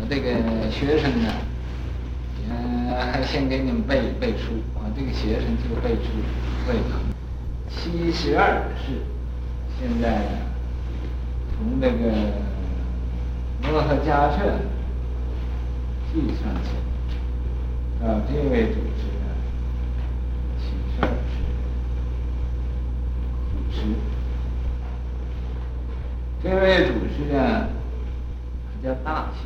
这个学生呢，还先给你们背书啊，这个学生就背书会了。72世，现在从这个摩诃迦摄计算起来，这位主持呢，72世主持，这位主持呢，他叫大小。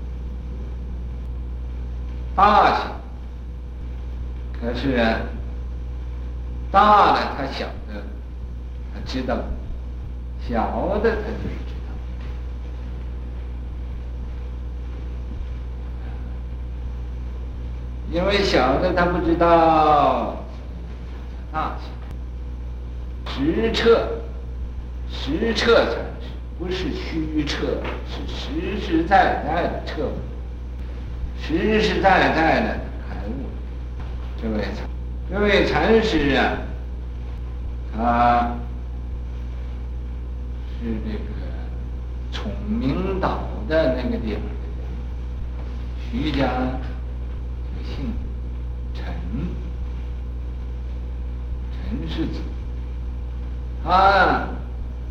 大小，可是大的他晓得，他知道；小的他就不知道。因为小的他不知道大小，实彻才是，不是虚彻，是实实在在的彻悟。实实在在的开悟。这位禅师啊，他是这个崇明岛的那个地方的人，徐家姓陈世子，他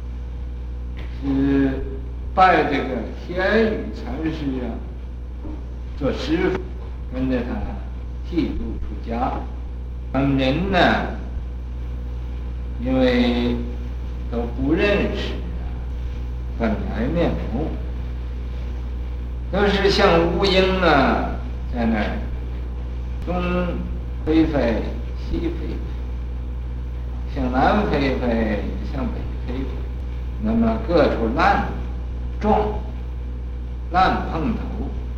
是拜这个天宇禅师啊做师傅，跟着他剃度出家。本人呢，因为都不认识本来面目，都是像乌鹰啊，在那儿东飞飞西飞飞，向南飞飞向北飞飞，那么各处乱撞乱碰头，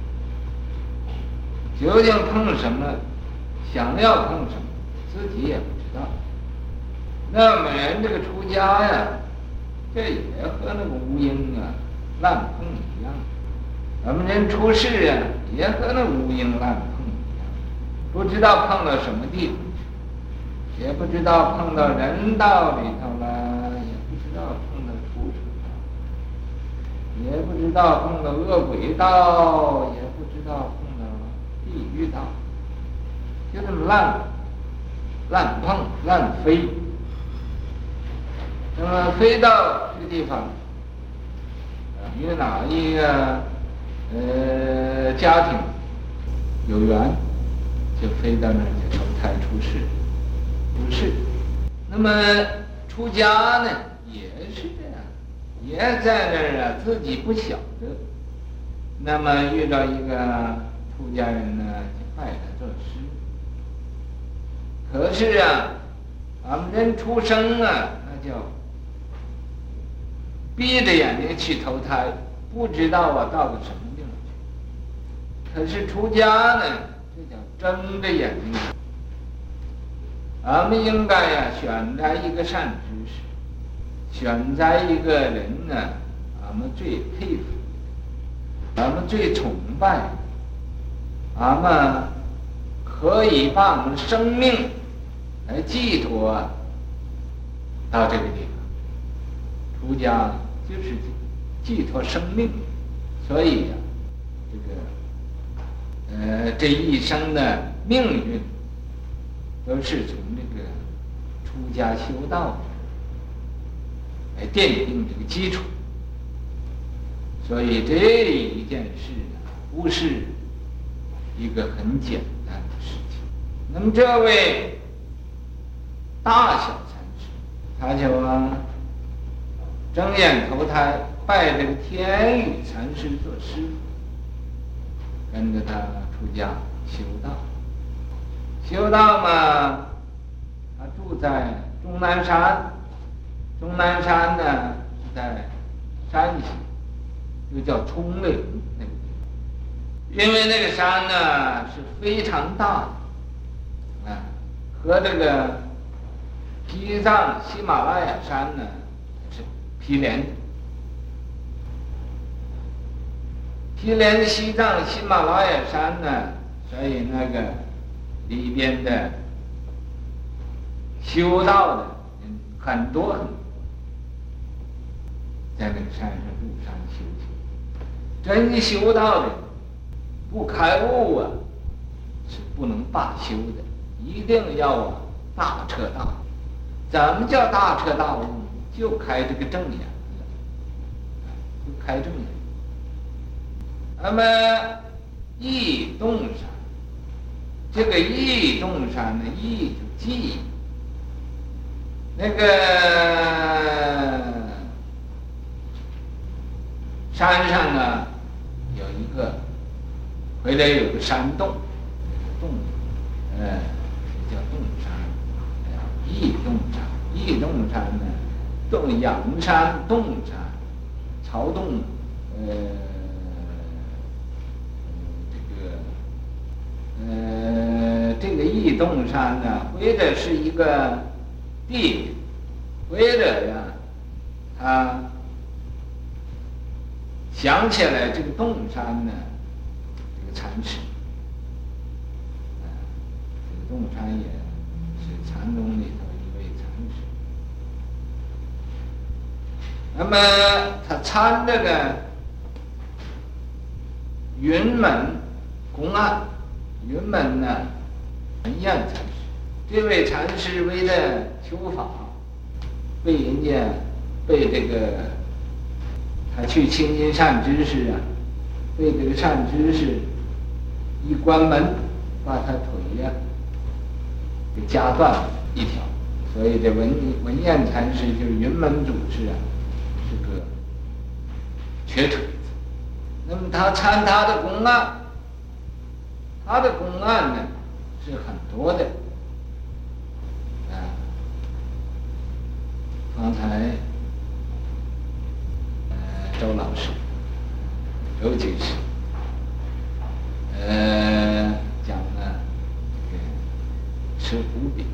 究竟碰什么，想要碰什么，自己也不知道。那么人这个出家呀，这也和那个乌鹰啊乱碰一样，咱们人出世啊，也和那乌鹰乱碰一样，不知道碰到什么地方去，也不知道碰到人道里头了，也不知道碰到畜生道，也不知道碰到恶鬼道，也不知道碰到地狱道，就这么乱碰乱飞。那么飞到这个地方，与哪一个家庭有缘，就飞到那儿就投胎出世。那么出家呢，也是这样，也在那儿自己不晓得。那么遇到一个出家人呢，就拜他做师。可是俺们人出生那叫闭着眼睛去投胎，不知道到个什么地方去。可是出家呢，这叫睁着眼睛。俺们应该选择一个善知识，选择一个人呢，俺们最佩服，俺们最崇拜，俺们可以把我们生命来寄托到这个地方。出家就是寄托生命，所以这一生的命运都是从这个出家修道来奠定这个基础。所以这一件事不是一个很简单的事情。那么这位大小禅师，他就睁眼投胎，拜这个天宇禅师做师傅，跟着他出家修道。修道嘛，他住在终南山。终南山呢是在山西，又叫葱岭那个地方。因为那个山呢是非常大的，和这个西藏喜马拉雅山呢是毗连的。毗连西藏喜马拉雅山呢，所以那个里边的修道的人很多，在那个山上入山修行。真修道的不开悟啊，是不能罢休的，一定要大彻大悟。怎么叫大彻大悟？就开这个正眼了，就开正眼。那么意动山，这个意动山呢，意就记，那个山上呢有一个，回来有个山洞，洞，叫洞山，意洞山。意洞山呢，洞阳山、洞山、曹洞，这个意洞山呢，或者是一个地名，或者呀，他想起来这个洞山呢，这个禅师，这个洞山也是禅宗里头一位禅师。那么他参这个云门公案，云门呢，文彦禅师，这位禅师为了求法，被这个他去亲近善知识啊，被这个善知识一关门，把他腿呀给夹断了一条，所以这文彦禅师就是云门祖师啊，是个瘸腿子。那么他参他的公案，他的公案呢是很多的，刚才周老师、周居士讲了这个吃胡饼。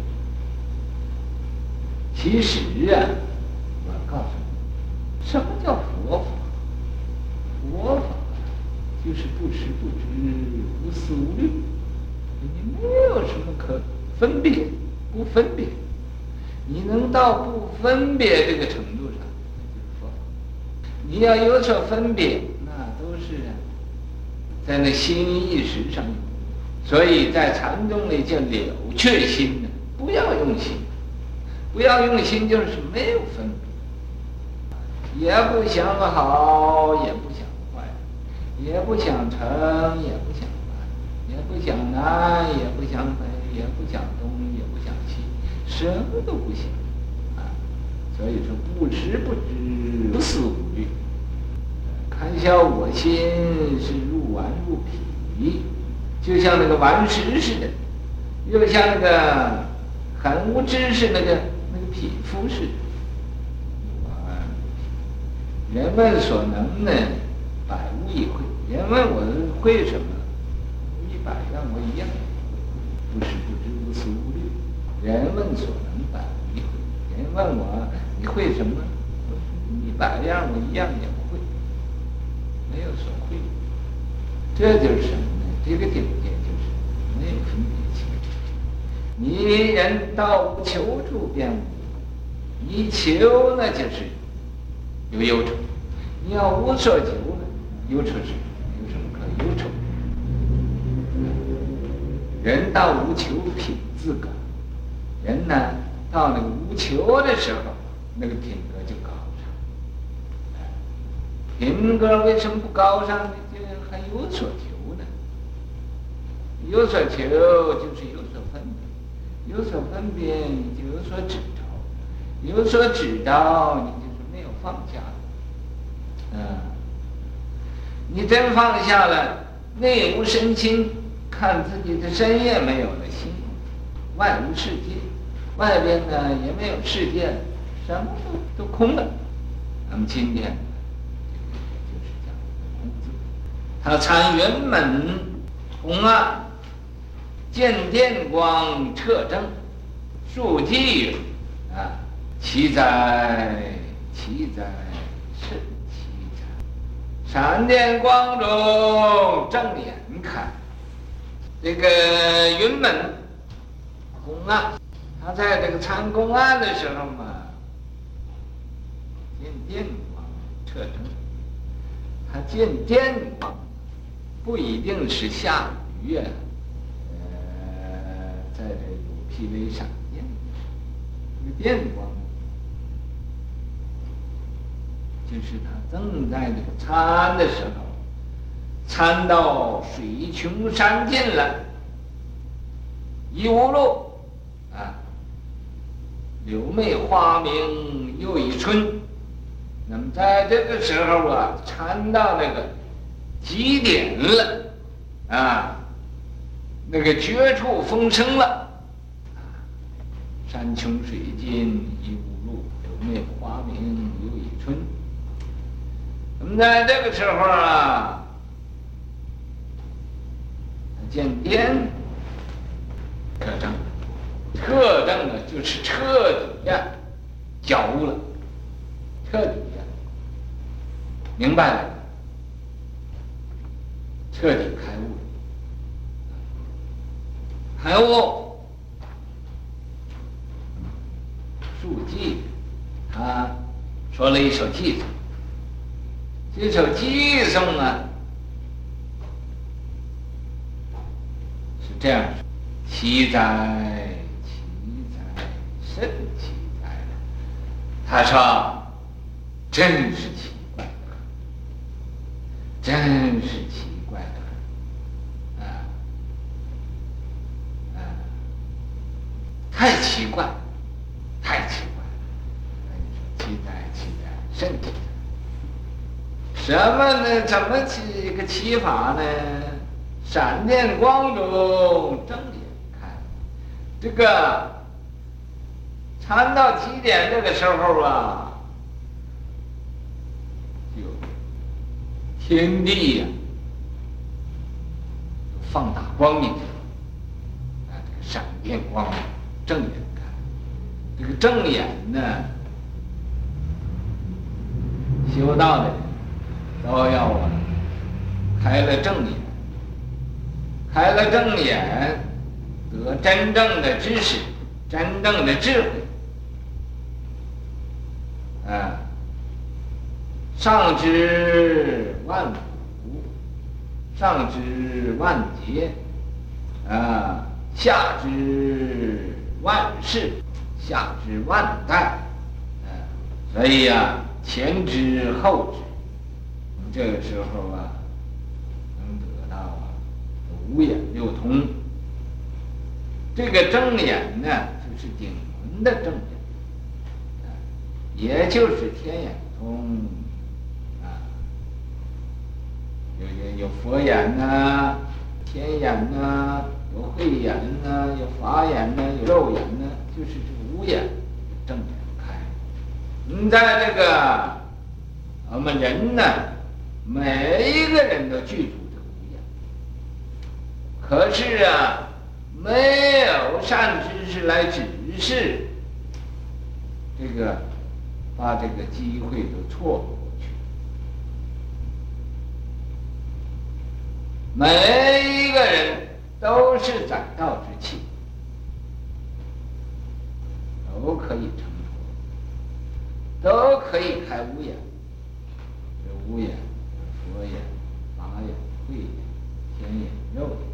其实啊，我要告诉你，什么叫佛法？佛法就是不识不知，无思无虑，你没有什么可分别，不分别。你能到不分别这个程度上，那就是佛法。你要有所分别，那都是在那心意识上有。所以在禅宗里叫了却心呢，不要用心，不要用心就是没有分别，也不想好，也不想坏，也不想成，也不想败，也不想南，也不想北，也不想东，也不想西，什么都不想啊！所以说不识不知，无思无虑。看消我心是入丸入脾，就像那个顽石似的，又像那个很无知识那个匹夫似的。人问所能呢，百无一会。人问我会什么，100样我一样会，不识不知，无思无虑。人问所能，百无一会。人问我你会什么，100样我一样也不会，没有所会。这就是什么呢？这个境界就是没有分别心。你人到无求处便无，你求那就是有忧愁，你要无所求呢，忧愁是有什么可忧愁？人到无求品自高，人呢到那个无求的时候，那个品格就高尚。品格为什么不高尚呢？就是还有所求呢。有所求就是有所分别，有所分别你就有所指导，有所指导你就是没有放下。你真放下了，内无身心，看自己的身也没有了，心外无世界，外边呢也没有世界，什么都空了。那么今天就是讲空字，他参云门公案，见电光彻正，数记云其哉甚其哉，闪电光中正眼看。这个云门公案，他在这个参公案的时候嘛，见电光彻正，他见电光， 不一定是下雨呀，在这有霹雳闪电，这个电光，就是他正在这个参的时候，参到水穷山尽了，已无路啊，柳媚花明又一春。那么在这个时候啊，参到那个极点了啊，那个绝处逢生了，山穷水尽已无路，柳媚花明又一春。那么在这个时候啊，见颠特征呢，就是彻底呀觉悟了，彻底呀明白了，彻底开悟了。开悟，述偈，他说了一首偈颂。这首偈颂啊，是这样说：奇哉，奇哉，甚奇哉了。他说，真是奇怪的很，真是奇怪的很，太奇怪，太奇怪了。奇哉，奇哉，甚奇哉。什么呢？怎么起个启法呢？闪电光中睁眼看，这个参到极点这个时候啊，就天地呀、放大光明，这个闪电光睁眼看，这个睁眼呢，修道的人都要啊开了正眼，开了正眼，得真正的知识，真正的智慧，上知万古，上知万劫，下知万世，下知万代，所以呀，前知后知。这个时候啊，能得到啊五眼六通。这个正眼呢，就是顶轮的正眼，也就是天眼通啊。有佛眼呐、天眼呐、有慧眼呐、有法眼呐、有肉眼呐，就是这五眼正眼开。在这个我们人呢，每一个人都具足这个五眼，可是啊，没有善知识来指示，这个把这个机会都错过去。每一个人都是载道之器，都可以成佛，都可以开五眼。这五眼。佛眼、法眼、慧眼、天眼、肉眼。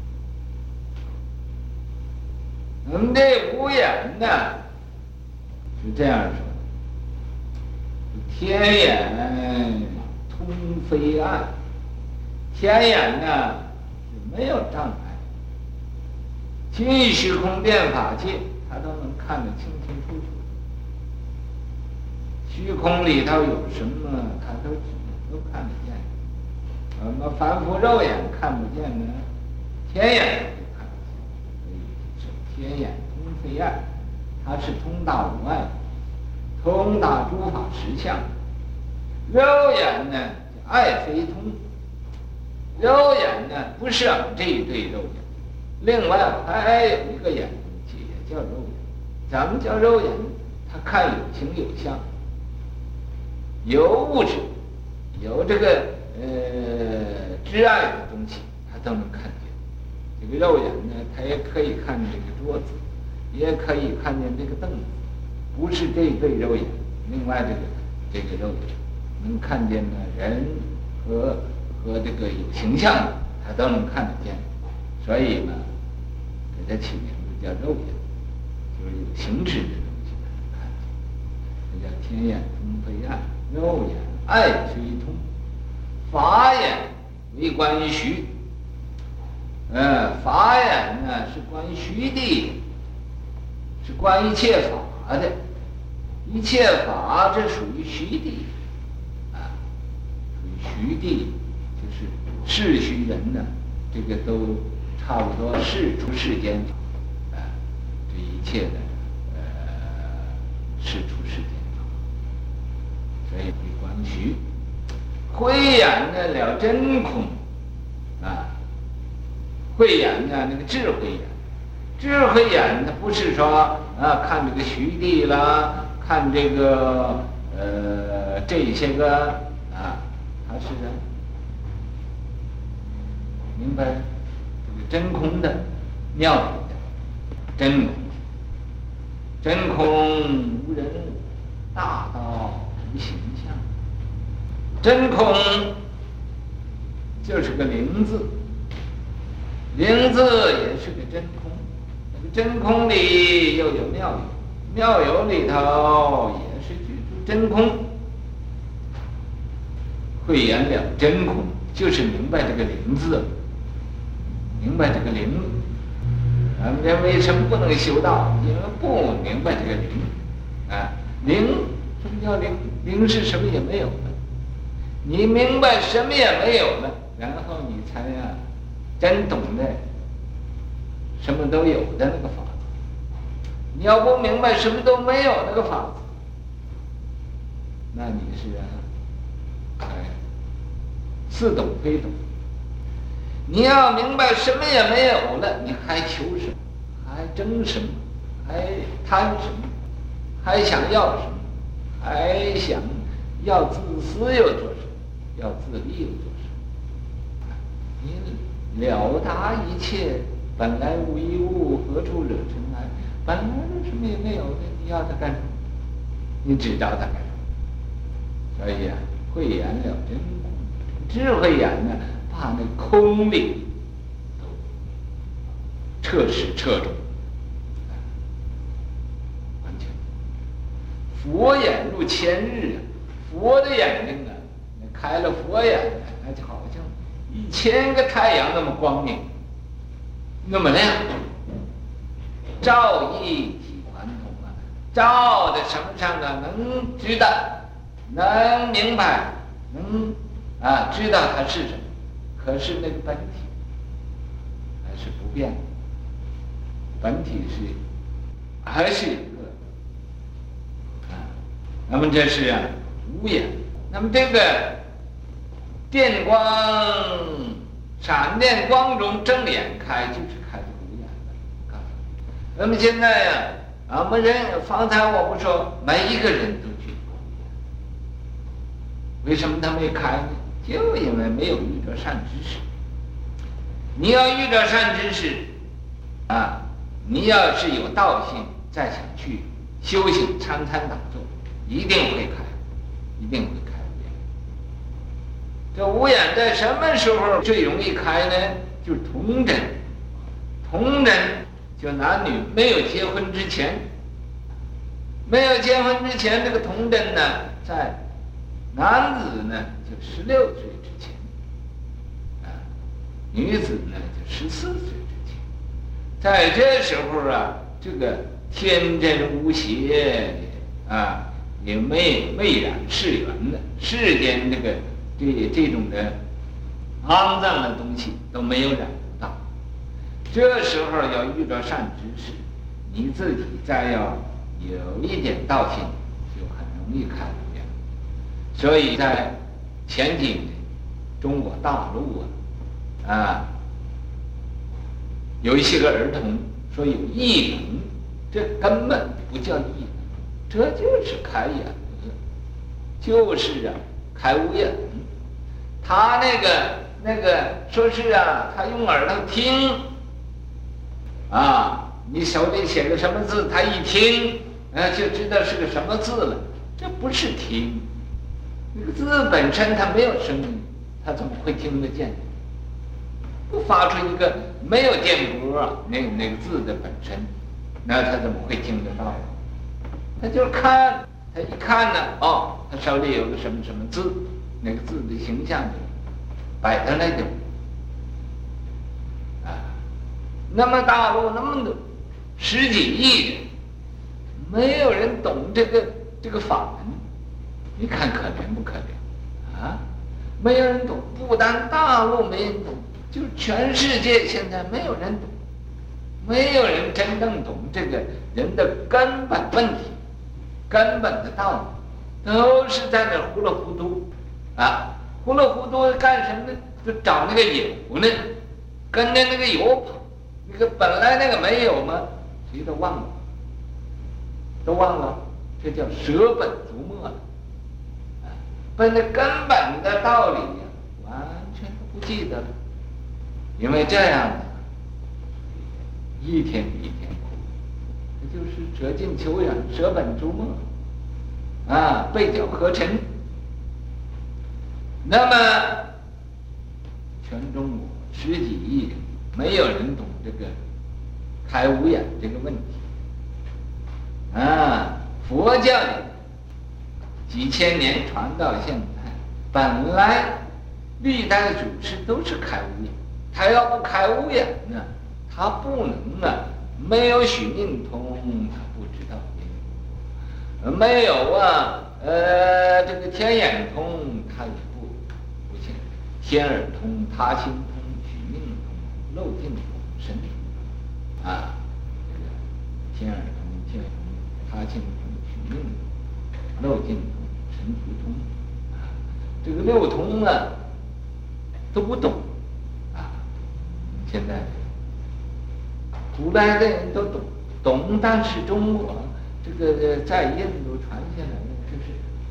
我们这五眼呢，是这样说的：天眼通非暗，天眼呢是没有障碍，尽虚空遍法界，它都能看得清清楚楚。虚空里头有什么，它都看得见。我们凡夫肉眼看不见呢，天眼就看得见。所以是天眼通非暗，它是通达无碍，通达诸法实相。肉眼呢爱非通，肉眼呢不是我们这一对肉眼，另外还有一个眼睛也叫肉眼。咱们叫肉眼，它看有形有相，有物质，有这个挚爱的东西，它都能看见。这个肉眼呢，它也可以看见这个桌子，也可以看见这个凳子，不是这一对肉眼。另外这个肉眼能看见呢人和这个有形象的他都能看得见，所以嘛，给他起名字叫肉眼，就是有形质的东西他能看见。这叫天眼通非暗，肉眼爱虽通，法眼为观虚。法眼呢是观虚的，是观一切法的，一切法这属于虚的，属于虚的，就是世虚人呢，这个都差不多是出世间法，这一切的是出世间法，所以为观虚。慧眼呢了真空，慧眼呢那个智慧眼，智慧眼它不是说看这个虚地啦，看这个这些个它是明白这个真空的妙理的真空，真空无人物，大道无形象。真空就是个灵字，灵字也是个真空，那个真空里又有妙有，妙有里头也是居住真空。慧眼了真空，就是明白这个灵字，明白这个灵。人为什么不能修道？因为不明白这个灵。灵，什么叫灵？灵是什么也没有的。你明白什么也没有了，然后你才真懂得什么都有的那个法子。你要不明白什么都没有那个法子，那你是似懂非懂。你要明白什么也没有了，你还求什么？还争什么？还贪什么？还想要什么？还想要自私又做什么？要自利又做什么？你了达一切本来无一物，何处惹尘埃？本来什么也没有的，你要它干什么？你只找它干什么？所以慧眼了真空，智慧眼呢，把那空理都彻实彻中，完全。佛眼入千日，佛的眼睛开了佛眼，那就好像1000个太阳那么光明，那么亮，照一体还通照在什么上呢？能知道，能明白，能知道它是什么。可是那个本体还是不变的，本体还是一个那么这是无眼。那么这个电光闪电光中睁眼开，就是开这个无眼的。那么现在我们人方才我不说每一个人都具有无眼，为什么他没开呢？就因为没有遇着善知识。你要遇着善知识你要是有道性，再想去修行参参打坐，一定会开，一定会开。这无眼在什么时候最容易开呢？就是童真。童真就男女没有结婚之前，没有结婚之前，这个童真呢，在男子呢就16岁之前，女子呢就14岁之前。在这时候这个天真无邪也未染世缘的世间这种的肮脏的东西都没有染不到。这时候要遇到善知识，你自己再要有一点道性，就很容易开无眼。所以在前几年中国大陆有一些个儿童说有异能，这根本不叫异能，这就是开眼的，就是开无眼。他那个说是他用耳朵听你手里写个什么字，他一听就知道是个什么字了。这不是听，那个字本身它没有声音，他怎么会听得见？ 不发出一个没有电波啊，那个字的本身，那他怎么会听得到？他就看，他一看呢，哦，他手里有个什么什么字，那个字的形象就摆在那里。那么大陆那么多10几亿人，没有人懂这个法门，你看可怜不可怜啊？没有人懂，不但大陆没人懂，就全世界现在没有人懂，没有人真正懂这个人的根本问题、根本的道理，都是在那糊里糊涂啊！糊里糊涂干什么呢？就找那个有呢，跟着那个有跑。那个本来那个没有嘛，谁都忘了，这叫舍本逐末了，把那根本的道理呀，完全都不记得了，因为这样的，一天比一天苦，这就是舍近求远，舍本逐末，啊，背脚合沉。那么，全中国10几亿人，没有人懂这个开悟眼这个问题啊！佛教里几千年传到现在，本来历代祖师都是开悟眼，他要不开悟眼呢，他不能啊，没有许命通，他不知道没有啊，这个天眼通，他也不行，天耳通、他心通、许命通、漏尽通、神通啊，这个天耳通、天通、他心通、许命通、漏尽通、神足通啊，这个6通啊都不懂啊。现在古来的人都懂，但是中国这个在印度传下来的，就是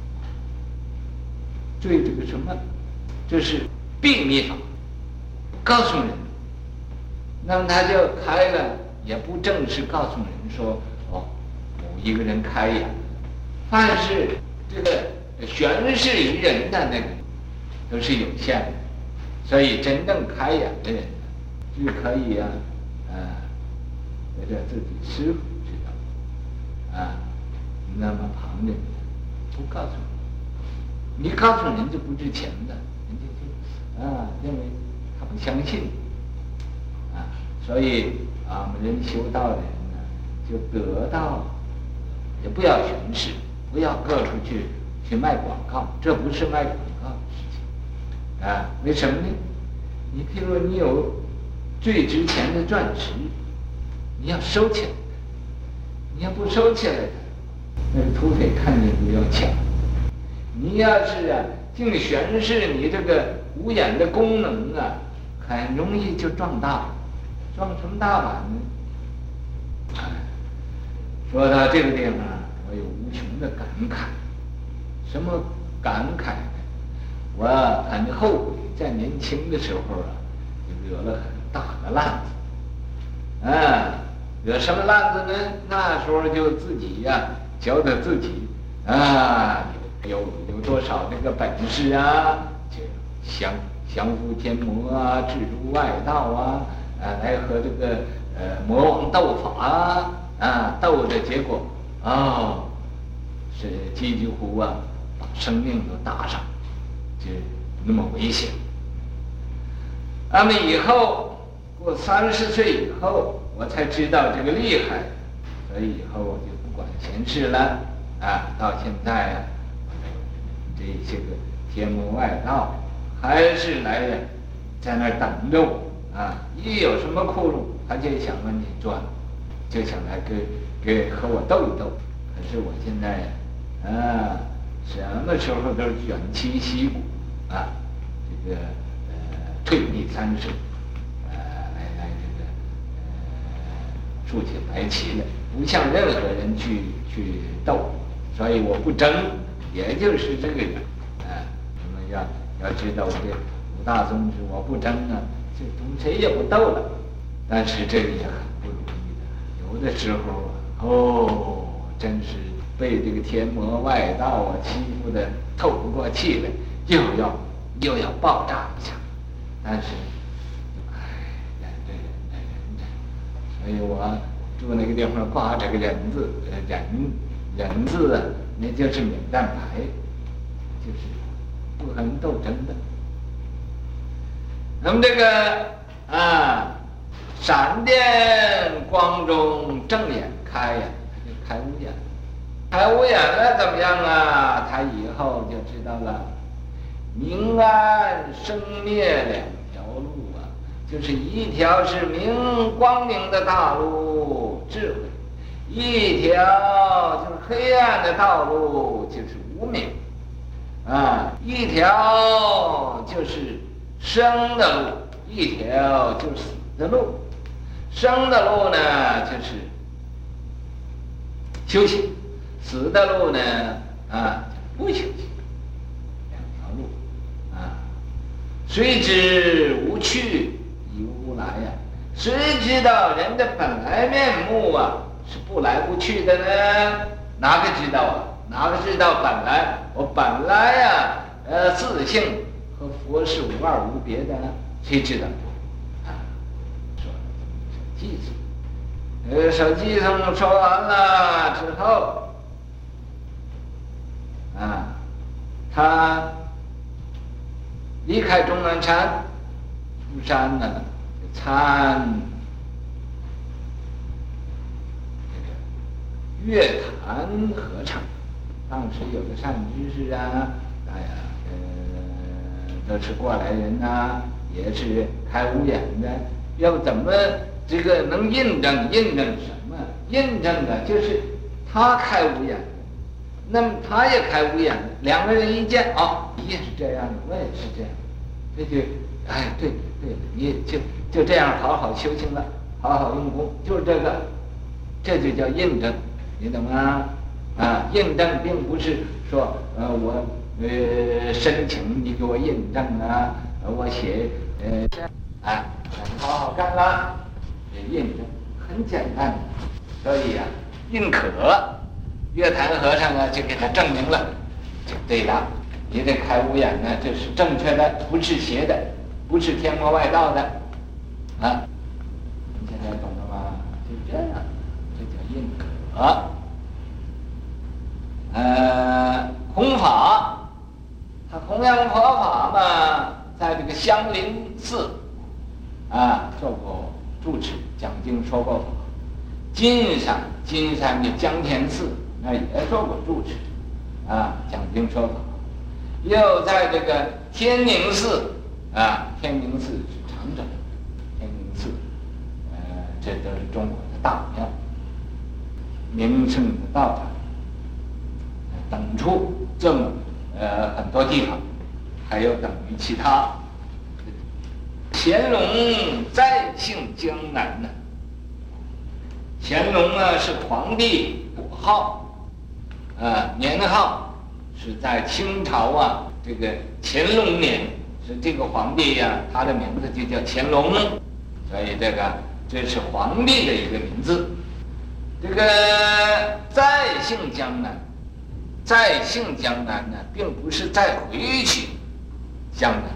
对这个什么，这是秘密法，告诉人，那么他就开了，也不正式告诉人说，哦，某一个人开眼，凡是这个宣示于人的那个都是有限的，所以真正开眼的人就可以啊，为了自己师傅知道啊，那么旁人不告诉你，你告诉人就不值钱的，人家就认为他不相信啊，所以我们人修道的人呢，就得到，也不要宣示，不要各处去卖广告，这不是卖广告的事情啊。为什么呢？你譬如你有最值钱的钻石，你要收起来，你要不收起来，那个土匪看见就要抢。你要是净宣示你这个五眼的功能啊，很容易就撞大了。撞什么大板呢？说到这个地方，我有无穷的感慨。什么感慨呢？我很后悔在年轻的时候就惹了很大的烂子。惹什么烂子呢？那时候就自己觉得自己有多少这个本事啊，就降伏天魔啊，制诸外道来和这个魔王斗法斗的结果是几乎把生命都搭上，就那么危险。那么以后过30岁以后，我才知道这个厉害，所以以后我就不管闲事了到现在这些个天魔外道还是来在那儿等着我一有什么窟窿，他就想往里钻，就想来和我斗一斗。可是我现在什么时候都是卷旗息鼓这个退避三舍来这个竖起白旗来，不向任何人去斗，所以我不争，也就是这个人我们要知道我这五大宗旨，我不争就同谁也不斗了。但是这个也很不容易的，有的时候真是被这个天魔外道欺负的透不过气来，又要爆炸一下。但是所以我住那个地方挂着个人字，人字啊，那就是免战牌，就是不和人斗争的。那么这个闪电光中正眼开呀，他就开悟眼了。开悟眼了怎么样啊？他以后就知道了，明暗生灭两条路啊，就是一条是光明的大路，智慧；一条就是黑暗的道路，就是无明。一条就是生的路，一条就是死的路。生的路呢，就是修行；死的路呢，不修行。两条路谁知无去亦无来呀？谁知道人的本来面目啊，是不来不去的呢？哪个知道啊？哪个知道本来？我本来呀，自性和佛是无二无别的呢？谁知道？说手记诵，手记诵说完了之后，他离开终南山，出山呢，就参这个乐坛合唱。当时有个善知识啊，都是过来人呐，也是开悟眼的。要不怎么这个能印证什么？印证的就是他开悟眼，那么他也开悟眼，两个人一见你也是这样的，我也是这样，这就对了，你就这样好好修行了，好好用功，就是这个，这就叫印证，你懂吗？印证并不是说我申请你给我印证啊，我写你好好干了，印证很简单，所以印可乐坛和尚就给他证明了，就对了，你这开悟眼呢，这是正确的，不是邪的，不是天魔外道的你现在懂了吗？就这样，这叫印可。弘法，他弘扬佛法嘛，在这个香林寺做过住持，讲经说过法。金山的江天寺那也做过住持，讲经说法。又在这个天宁寺天宁寺是长者，天宁寺这都是中国的大庙，名胜的道场。等处这么很多地方，还有等于其他。乾隆再姓江南呢，乾隆是皇帝国号，年号是在清朝这个乾隆年，是这个皇帝他的名字就叫乾隆，所以这是皇帝的一个名字。这个再姓江南。再姓江南呢，并不是再回去江南，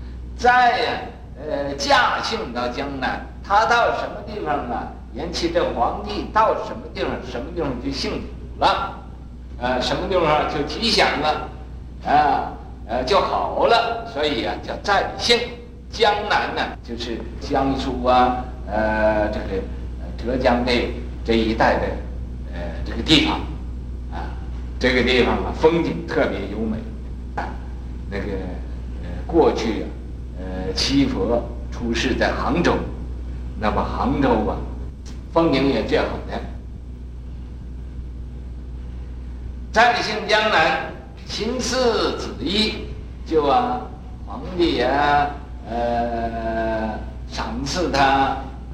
驾幸到江南，他到什么地方延期这皇帝到什么地方就幸福了，什么地方就吉祥了，就好了，所以叫再幸。江南呢，就是江苏这个浙江这一带的这个地方。这个地方风景特别优美，那个过去七佛出世在杭州，那么杭州风景也最好的。再姓江南，秦四子一，就皇帝赏赐他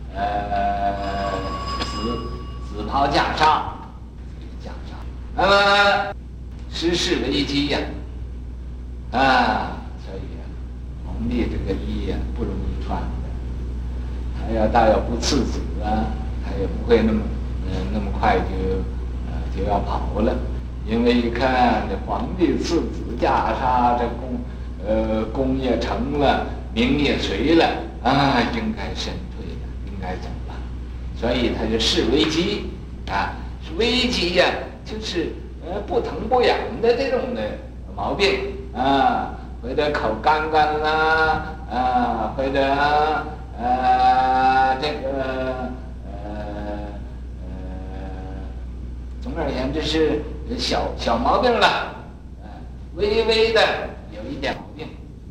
紫袍袈裟。那么时势危机所以皇帝这个衣不容易穿的，他要不赐子他也不会那么快就要跑了，因为一看这皇帝赐子袈裟，这功业成了，名也垂了应该身退了，应该走了， 所以他就视为疾啊，是危疾呀，就是不疼不痒的这种的毛病啊，或者口干干啦啊，或者这个总而言之是小毛病了，微微的有一点毛病，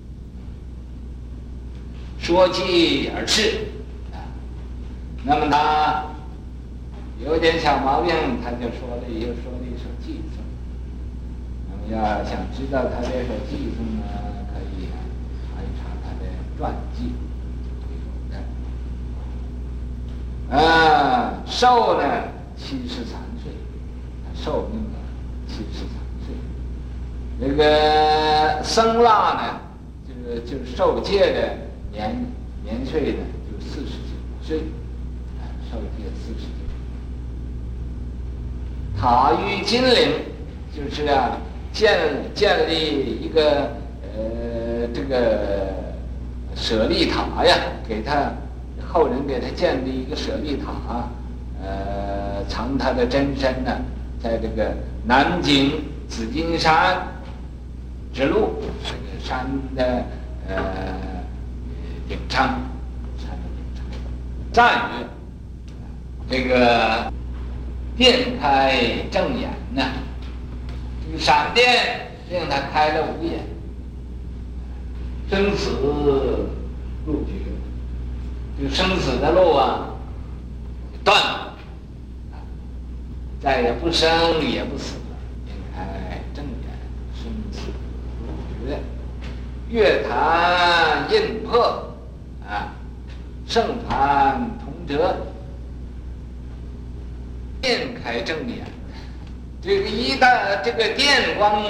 说记而逝啊。那么他有点小毛病，他就又说了一首寄颂。那么要想知道他这首寄颂呢，可以查一查他的传记，有的。寿呢73岁，寿命呢73岁。这个僧腊呢，就是受戒的年岁呢，就49岁，受戒49。塔于金陵，就是建立一个这个舍利塔呀，后人给他建立一个舍利塔，藏他的真身呢，在这个南京紫金山之路这个山的顶上，山的顶上，赞曰：这个电开正眼呢，这个闪电令他开了5眼，生死路绝，这个生死的路啊断了，再也不生也不死了，电开正眼，生死路绝，乐坛印破啊，圣坛同折。电开正眼，这个电光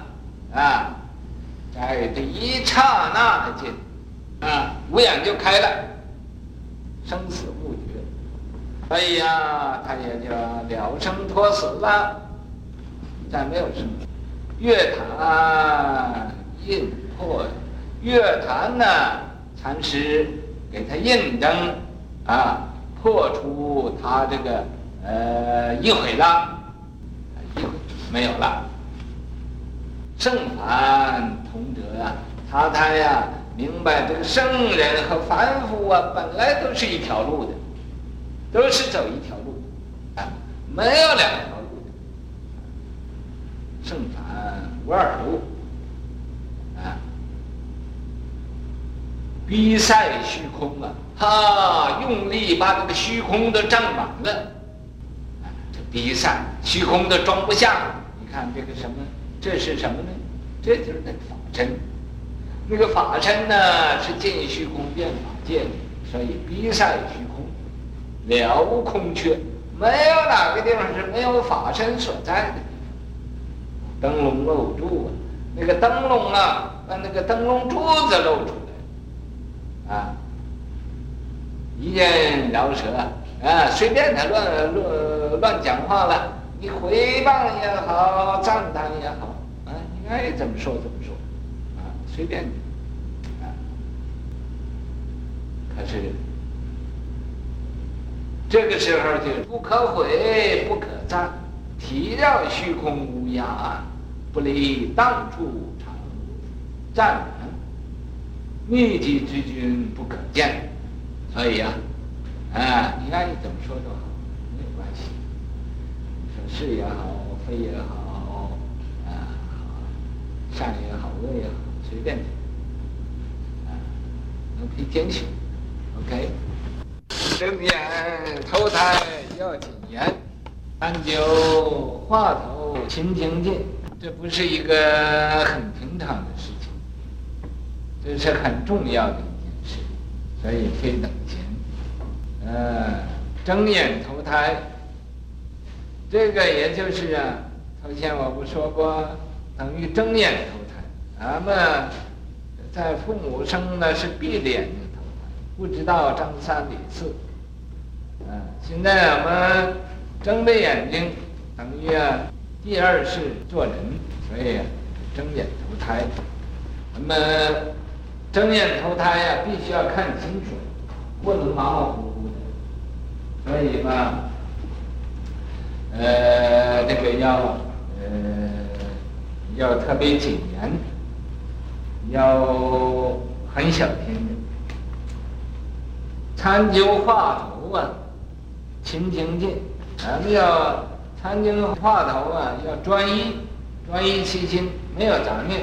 在这一刹那的间5眼就开了，生死不绝，所以他也就了生脱死了，再没有生。乐坛印破，乐坛呢，禅师给他印灯破除他这个一毁了，一毁没有了。圣凡同哲他呀明白这个圣人和凡夫本来都是一条路的，都是走一条路的没有2条路的。圣凡无2路逼塞虚空用力把这个虚空都占满了。逼塞虚空都装不下，你看这个什么，这是什么呢？这就是那个法身。那个法身呢，是尽虚空遍法界的，所以逼塞虚空，了无空缺，没有哪个地方是没有法身所在的地方。灯笼露柱那个灯笼把那个灯笼珠子露出来一人饶舌随便他乱讲话了，你回谤也好，赞叹也好你爱怎么说怎么说随便你可是这个时候就不可毁不可赞，体绕虚空无涯，不离当处常赞然，密集之君不可见。所以你爱怎么说都好，没有关系。你说是也好，非也好，善也好，恶也好，随便你，都可以坚持。OK， 正眼投胎要谨言，但就话头勤精进，这不是一个很平常的事情，这是很重要的一件事，所以非等闲。睁眼投胎，这个也就是头先我不说过，等于睁眼投胎。咱们在父母生呢是闭着眼睛投胎，不知道张三李四。现在我们睁着眼睛，等于第2世做人，所以睁眼投胎。那么睁眼投胎必须要看清楚，不能马马虎虎的。 所以嘛，这个要特别谨言，要很小心的。参究话头啊，勤精进，咱们要参究话头啊，要专一其心，没有杂念。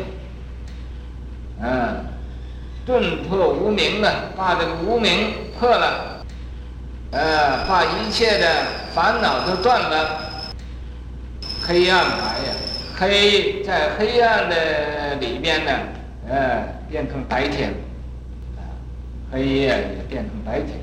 顿破无明呢，把这个无明破了，把一切的烦恼都断了，黑暗白呀，黑在黑暗的里边呢，变成白天，黑夜也变成白天。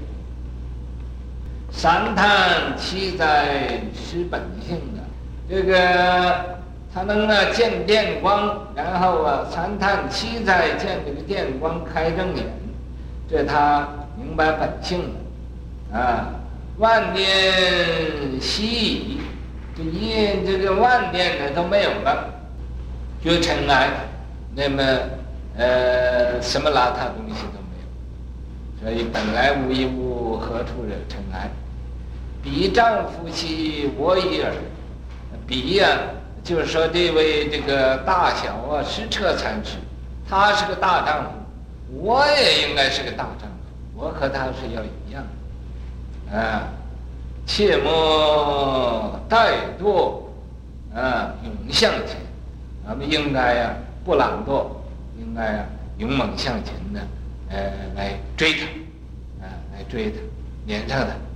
三叹七灾是本性的，这个他能见电光，然后三叹七灾见这个电光开正眼，这他明白本性了。万念息矣，这个万念呢都没有了，觉尘埃，那么什么邋遢东西都没有，所以本来无一物，何处惹尘埃？彼丈夫兮我已耳，彼呀。就是说，这位这个大小实彻禅师，他是个大丈夫，我也应该是个大丈夫，我和他是要一样的，切莫怠惰，勇向前，咱们应该不懒惰，应该勇猛向前的，来追他，来追他，连上他。